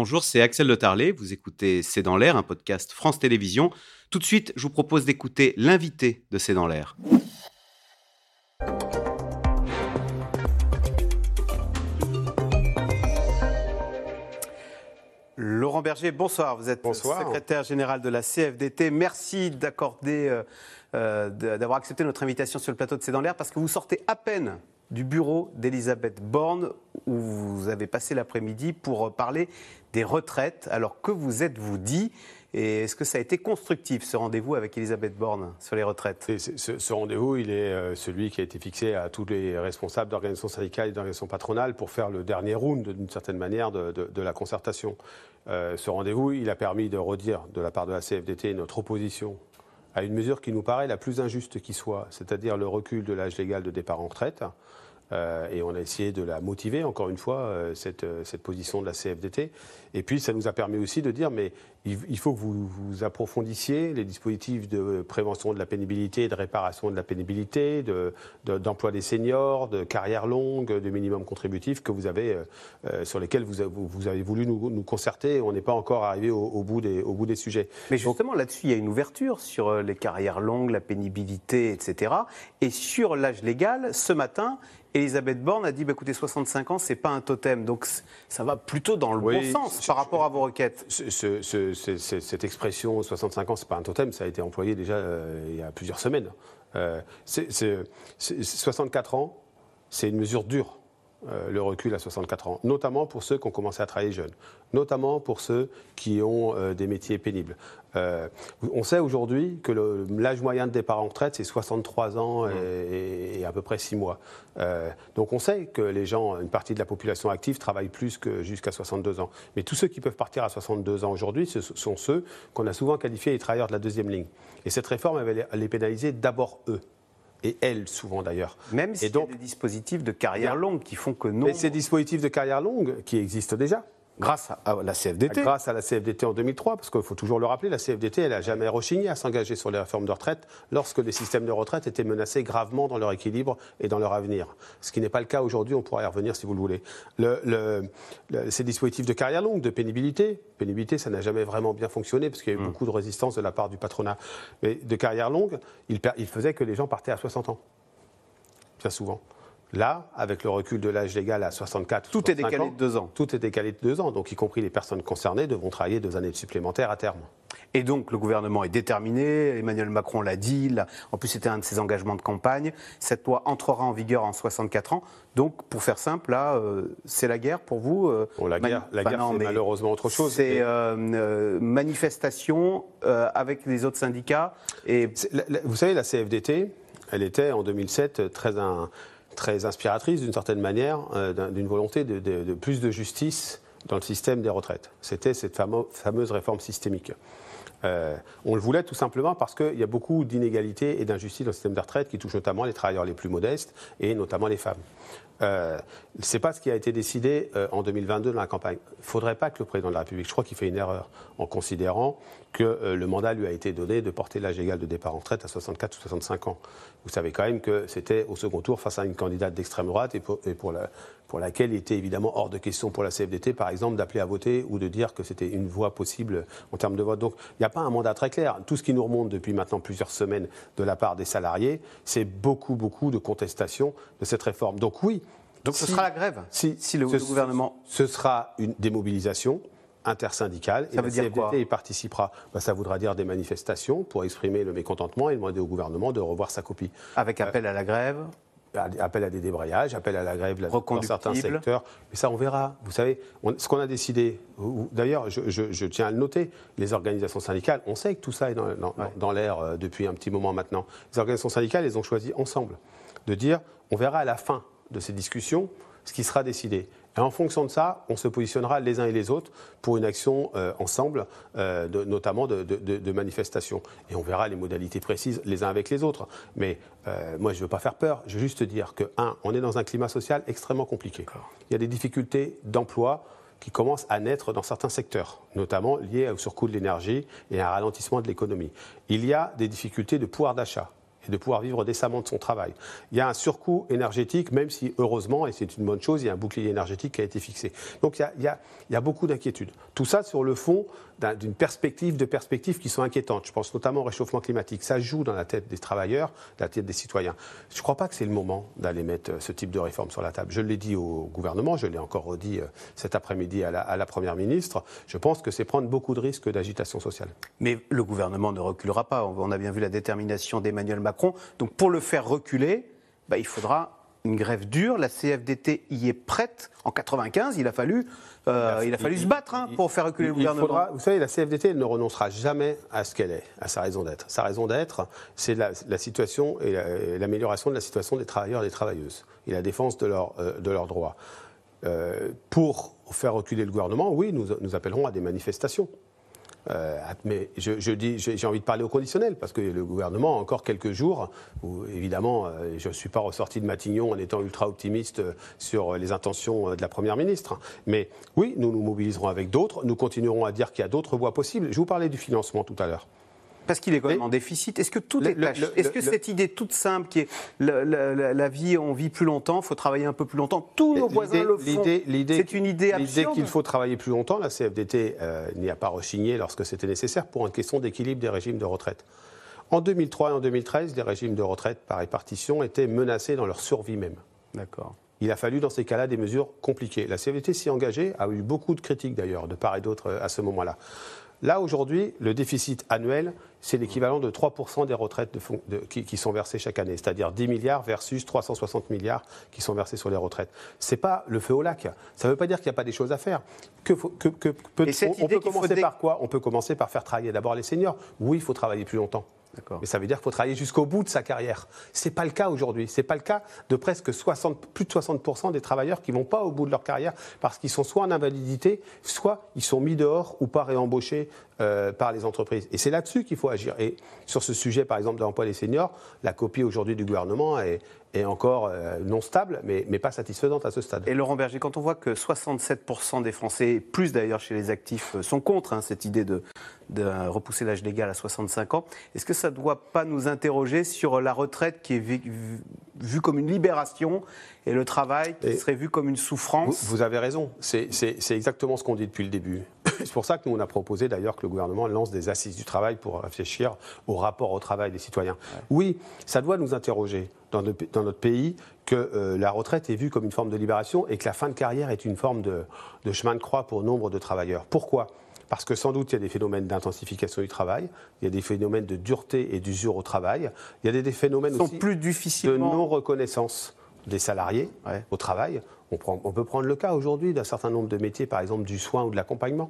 bonjour, c'est Axel Le Tarlet. Vous écoutez C'est dans l'air, un podcast France Télévisions. Tout de suite, je vous propose d'écouter l'invité de C'est dans l'air. Laurent Berger, bonsoir. Vous êtes secrétaire général de la CFDT. Merci d'avoir accepté notre invitation sur le plateau de C'est dans l'air parce que vous sortez à peine du bureau d'Elisabeth Borne où vous avez passé l'après-midi pour parler des retraites. Alors que vous êtes-vous dit et est-ce que ça a été constructif ce rendez-vous avec Elisabeth Borne sur les retraites ? Ce rendez-vous, il est celui qui a été fixé à tous les responsables d'organisations syndicales et d'organisations patronales pour faire le dernier round d'une certaine manière de la concertation. Ce rendez-vous, il a permis de redire de la part de la CFDT notre opposition à une mesure qui nous paraît la plus injuste qui soit, c'est-à-dire le recul de l'âge légal de départ en retraite. Et on a essayé de la motiver, encore une fois, cette position de la CFDT. Et puis, ça nous a permis aussi de dire, mais il faut que vous approfondissiez les dispositifs de prévention de la pénibilité, de réparation de la pénibilité, d'emploi des seniors, de carrière longue, de minimum contributif que vous avez, sur lesquels vous avez voulu nous concerter. On n'est pas encore arrivé au bout des sujets. Mais justement, là-dessus, il y a une ouverture sur les carrières longues, la pénibilité, etc. Et sur l'âge légal, ce matin, Elisabeth Borne a dit écoutez, 65 ans, ce n'est pas un totem. Donc ça va plutôt dans le bon sens par rapport à vos requêtes. Cette expression 65 ans, ce n'est pas un totem, ça a été employé déjà il y a plusieurs semaines. 64 ans, c'est une mesure dure. Le recul à 64 ans, notamment pour ceux qui ont commencé à travailler jeunes, notamment pour ceux qui ont des métiers pénibles. On sait aujourd'hui que l'âge moyen de départ en retraite, c'est 63 ans et à peu près 6 mois. Donc on sait que les gens, une partie de la population active, travaille plus que jusqu'à 62 ans. Mais tous ceux qui peuvent partir à 62 ans aujourd'hui, ce sont ceux qu'on a souvent qualifiés les travailleurs de la deuxième ligne. Et cette réforme, elle va les pénaliser d'abord eux. Et elles, souvent d'ailleurs. Même s'il y a des dispositifs de carrière longue qui font que non. Mais ces dispositifs de carrière longue qui existent déjà. Grâce à la CFDT. Grâce à la CFDT en 2003, parce qu'il faut toujours le rappeler, la CFDT, elle n'a jamais rechigné à s'engager sur les réformes de retraite lorsque les systèmes de retraite étaient menacés gravement dans leur équilibre et dans leur avenir. Ce qui n'est pas le cas aujourd'hui, on pourra y revenir si vous le voulez. Ces dispositifs de carrière longue, de pénibilité, ça n'a jamais vraiment bien fonctionné parce qu'il y a eu beaucoup de résistance de la part du patronat. Mais de carrière longue, il faisait que les gens partaient à 60 ans, bien souvent. Là, avec le recul de l'âge légal à 64, tout est décalé de 2 ans. Tout est décalé de 2 ans, donc y compris les personnes concernées devront travailler 2 années supplémentaires à terme. Et donc le gouvernement est déterminé, Emmanuel Macron l'a dit, en plus c'était un de ses engagements de campagne, cette loi entrera en vigueur en 64 ans, donc pour faire simple, là, c'est la guerre pour vous La guerre c'est malheureusement autre chose. C'est manifestation avec les autres syndicats. Vous savez, la CFDT, elle était en 2007 très inspiratrice d'une certaine manière, d'une volonté de plus de justice dans le système des retraites. C'était cette fameuse réforme systémique. On le voulait tout simplement parce qu'il y a beaucoup d'inégalités et d'injustices dans le système des retraites qui touchent notamment les travailleurs les plus modestes et notamment les femmes. Ce n'est pas ce qui a été décidé en 2022 dans la campagne. Il ne faudrait pas que le président de la République, je crois qu'il fait une erreur en considérant que le mandat lui a été donné de porter l'âge légal de départ en retraite à 64 ou 65 ans. Vous savez quand même que c'était au second tour face à une candidate d'extrême droite et pour laquelle il était évidemment hors de question pour la CFDT, par exemple, d'appeler à voter ou de dire que c'était une voie possible en termes de vote. Donc il n'y a pas un mandat très clair. Tout ce qui nous remonte depuis maintenant plusieurs semaines de la part des salariés, c'est beaucoup de contestation de cette réforme. Donc oui. Donc ce sera la grève si le gouvernement... Ce sera une démobilisation intersyndicale. Ça veut dire quoi ? CFDT y participera. Ça voudra dire des manifestations pour exprimer le mécontentement et demander au gouvernement de revoir sa copie. Avec appel à la grève ? Appel à des débrayages, appel à la grève dans certains secteurs. Mais ça, on verra. Vous savez, ce qu'on a décidé, d'ailleurs, je tiens à le noter, les organisations syndicales, on sait que tout ça est dans l'air depuis un petit moment maintenant. Les organisations syndicales, elles ont choisi ensemble de dire, on verra à la fin de ces discussions ce qui sera décidé. Et en fonction de ça, on se positionnera les uns et les autres pour une action ensemble, notamment de manifestation. Et on verra les modalités précises les uns avec les autres. Mais moi, je ne veux pas faire peur. Je veux juste dire que, on est dans un climat social extrêmement compliqué. Il y a des difficultés d'emploi qui commencent à naître dans certains secteurs, notamment liés au surcoût de l'énergie et à un ralentissement de l'économie. Il y a des difficultés de pouvoir d'achat. et de pouvoir vivre décemment de son travail. Il y a un surcoût énergétique, même si, heureusement, et c'est une bonne chose, il y a un bouclier énergétique qui a été fixé. Donc il y a beaucoup d'inquiétudes. Tout ça sur le fond d'une perspective qui sont inquiétantes. Je pense notamment au réchauffement climatique. Ça joue dans la tête des travailleurs, dans la tête des citoyens. Je ne crois pas que c'est le moment d'aller mettre ce type de réforme sur la table. Je l'ai dit au gouvernement, je l'ai encore redit cet après-midi à la Première ministre. Je pense que c'est prendre beaucoup de risques d'agitation sociale. Mais le gouvernement ne reculera pas. On a bien vu la détermination d'Emmanuel Macron. Donc pour le faire reculer, il faudra une grève dure. La CFDT y est prête. En 1995, il a fallu se battre pour faire reculer le gouvernement. Vous savez, la CFDT elle ne renoncera jamais à ce qu'elle est, à sa raison d'être. Sa raison d'être, c'est la situation et l'amélioration de la situation des travailleurs et des travailleuses et la défense de leurs droits. Pour faire reculer le gouvernement, oui, nous appellerons à des manifestations. Mais j'ai envie de parler au conditionnel, parce que le gouvernement a encore quelques jours, où évidemment, je ne suis pas ressorti de Matignon en étant ultra optimiste sur les intentions de la Première ministre. Mais oui, nous nous mobiliserons avec d'autres, nous continuerons à dire qu'il y a d'autres voies possibles. Je vous parlais du financement tout à l'heure. Parce qu'il est quand même en déficit. Est-ce que tout est tâche ? Est-ce que cette idée toute simple qui est la vie, on vit plus longtemps, il faut travailler un peu plus longtemps, tous nos voisins le font. C'est une idée absurde. L'idée qu'il faut travailler plus longtemps, la CFDT n'y a pas rechigné lorsque c'était nécessaire pour une question d'équilibre des régimes de retraite. En 2003 et en 2013, les régimes de retraite par répartition étaient menacés dans leur survie même. D'accord. Il a fallu dans ces cas-là des mesures compliquées. La CFDT s'y est engagée, a eu beaucoup de critiques d'ailleurs, de part et d'autre à ce moment-là. Là, aujourd'hui, le déficit annuel, c'est l'équivalent de 3% des retraites qui sont versées chaque année, c'est-à-dire 10 milliards versus 360 milliards qui sont versés sur les retraites. Ce n'est pas le feu au lac. Ça ne veut pas dire qu'il n'y a pas des choses à faire. On peut commencer par quoi ? On peut commencer par faire travailler d'abord les seniors. Oui, il faut travailler plus longtemps. D'accord. Mais ça veut dire qu'il faut travailler jusqu'au bout de sa carrière. Ce n'est pas le cas aujourd'hui. Ce n'est pas le cas de presque plus de 60% des travailleurs qui ne vont pas au bout de leur carrière parce qu'ils sont soit en invalidité, soit ils sont mis dehors ou pas réembauchés par les entreprises. Et c'est là-dessus qu'il faut agir. Et sur ce sujet, par exemple, de l'emploi des seniors, la copie aujourd'hui du gouvernement est encore non stable, mais pas satisfaisante à ce stade. Et Laurent Berger, quand on voit que 67% des Français, plus d'ailleurs chez les actifs, sont contre cette idée de repousser l'âge légal à 65 ans, est-ce que ça ne doit pas nous interroger sur la retraite qui est vue comme une libération et le travail qui serait vu comme une souffrance ? Vous avez raison, c'est exactement ce qu'on dit depuis le début. C'est pour ça que nous, on a proposé d'ailleurs que le gouvernement lance des assises du travail pour réfléchir au rapport au travail des citoyens. Ouais. Oui, ça doit nous interroger dans notre pays que la retraite est vue comme une forme de libération et que la fin de carrière est une forme de chemin de croix pour nombre de travailleurs. Pourquoi ? Parce que sans doute, il y a des phénomènes d'intensification du travail, il y a des phénomènes de dureté et d'usure au travail, il y a des phénomènes aussi plus difficilement... de non-reconnaissance des salariés au travail. On peut prendre le cas aujourd'hui d'un certain nombre de métiers, par exemple du soin ou de l'accompagnement.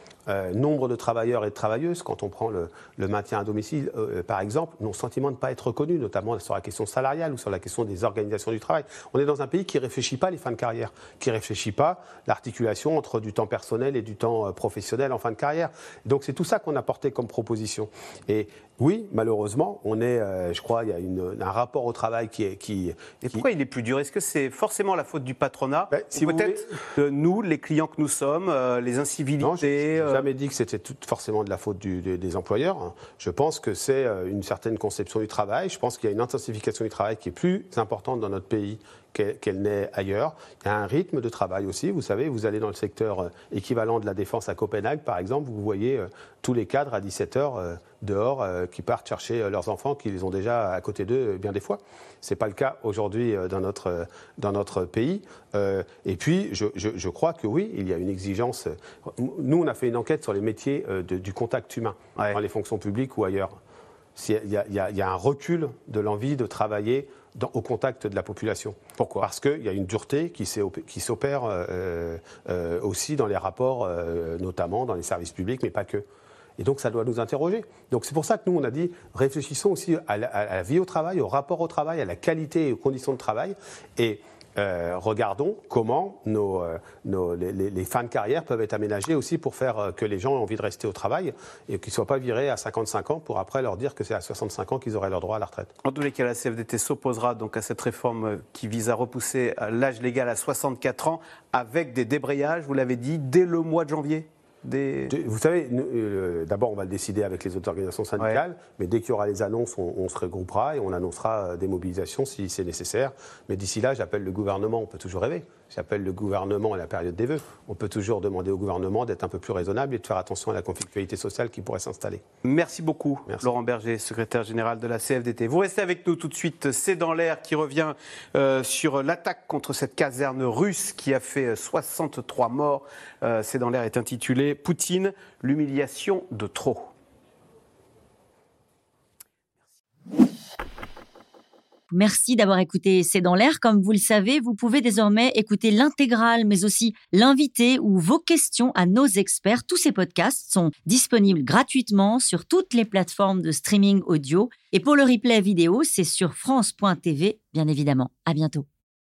Nombre de travailleurs et de travailleuses, quand on prend le maintien à domicile, par exemple, ont le sentiment de ne pas être reconnus, notamment sur la question salariale ou sur la question des organisations du travail. On est dans un pays qui ne réfléchit pas les fins de carrière, qui ne réfléchit pas l'articulation entre du temps personnel et du temps professionnel en fin de carrière. Donc c'est tout ça qu'on a porté comme proposition. Et oui, malheureusement, on est, je crois, il y a un rapport au travail qui est... Et pourquoi il est plus dur ? Est-ce que c'est forcément la faute du patronat ? Si peut-être nous, les clients que nous sommes, les incivilités... Non, je n'ai jamais dit que c'était forcément de la faute des employeurs. Je pense que c'est une certaine conception du travail. Je pense qu'il y a une intensification du travail qui est plus importante dans notre pays qu'elle n'est ailleurs. Il y a un rythme de travail aussi. Vous savez, vous allez dans le secteur équivalent de la défense à Copenhague, par exemple, vous voyez tous les cadres à 17h dehors qui partent chercher leurs enfants qui les ont déjà à côté d'eux bien des fois. Ce n'est pas le cas aujourd'hui dans notre pays. Et puis, je crois que oui, il y a une exigence. Nous, on a fait une enquête sur les métiers du contact humain dans les fonctions publiques ou ailleurs. Il y a un recul de l'envie de travailler au contact de la population. Pourquoi ? Parce qu'il y a une dureté qui s'opère aussi dans les rapports, notamment dans les services publics, mais pas que. Et donc, ça doit nous interroger. Donc, c'est pour ça que nous, on a dit, réfléchissons aussi à la vie au travail, au rapport au travail, à la qualité et aux conditions de travail. Et regardons comment les fins de carrière peuvent être aménagées aussi pour faire que les gens aient envie de rester au travail et qu'ils ne soient pas virés à 55 ans pour après leur dire que c'est à 65 ans qu'ils auraient leur droit à la retraite. En tous les cas, la CFDT s'opposera donc à cette réforme qui vise à repousser l'âge légal à 64 ans avec des débrayages, vous l'avez dit, dès le mois de janvier. Vous savez, d'abord, on va le décider avec les autres organisations syndicales, mais dès qu'il y aura les annonces, on se regroupera et on annoncera des mobilisations si c'est nécessaire. Mais d'ici là, j'appelle le gouvernement, on peut toujours rêver. J'appelle le gouvernement à la période des vœux. On peut toujours demander au gouvernement d'être un peu plus raisonnable et de faire attention à la conflictualité sociale qui pourrait s'installer. Merci beaucoup, Laurent Berger, secrétaire général de la CFDT. Vous restez avec nous tout de suite. C'est dans l'air qui revient sur l'attaque contre cette caserne russe qui a fait 63 morts. C'est dans l'air est intitulé « Poutine, l'humiliation de trop ». Merci d'avoir écouté C'est dans l'air. Comme vous le savez, vous pouvez désormais écouter l'intégrale, mais aussi l'invité ou vos questions à nos experts. Tous ces podcasts sont disponibles gratuitement sur toutes les plateformes de streaming audio. Et pour le replay vidéo, c'est sur France.tv, bien évidemment. À bientôt.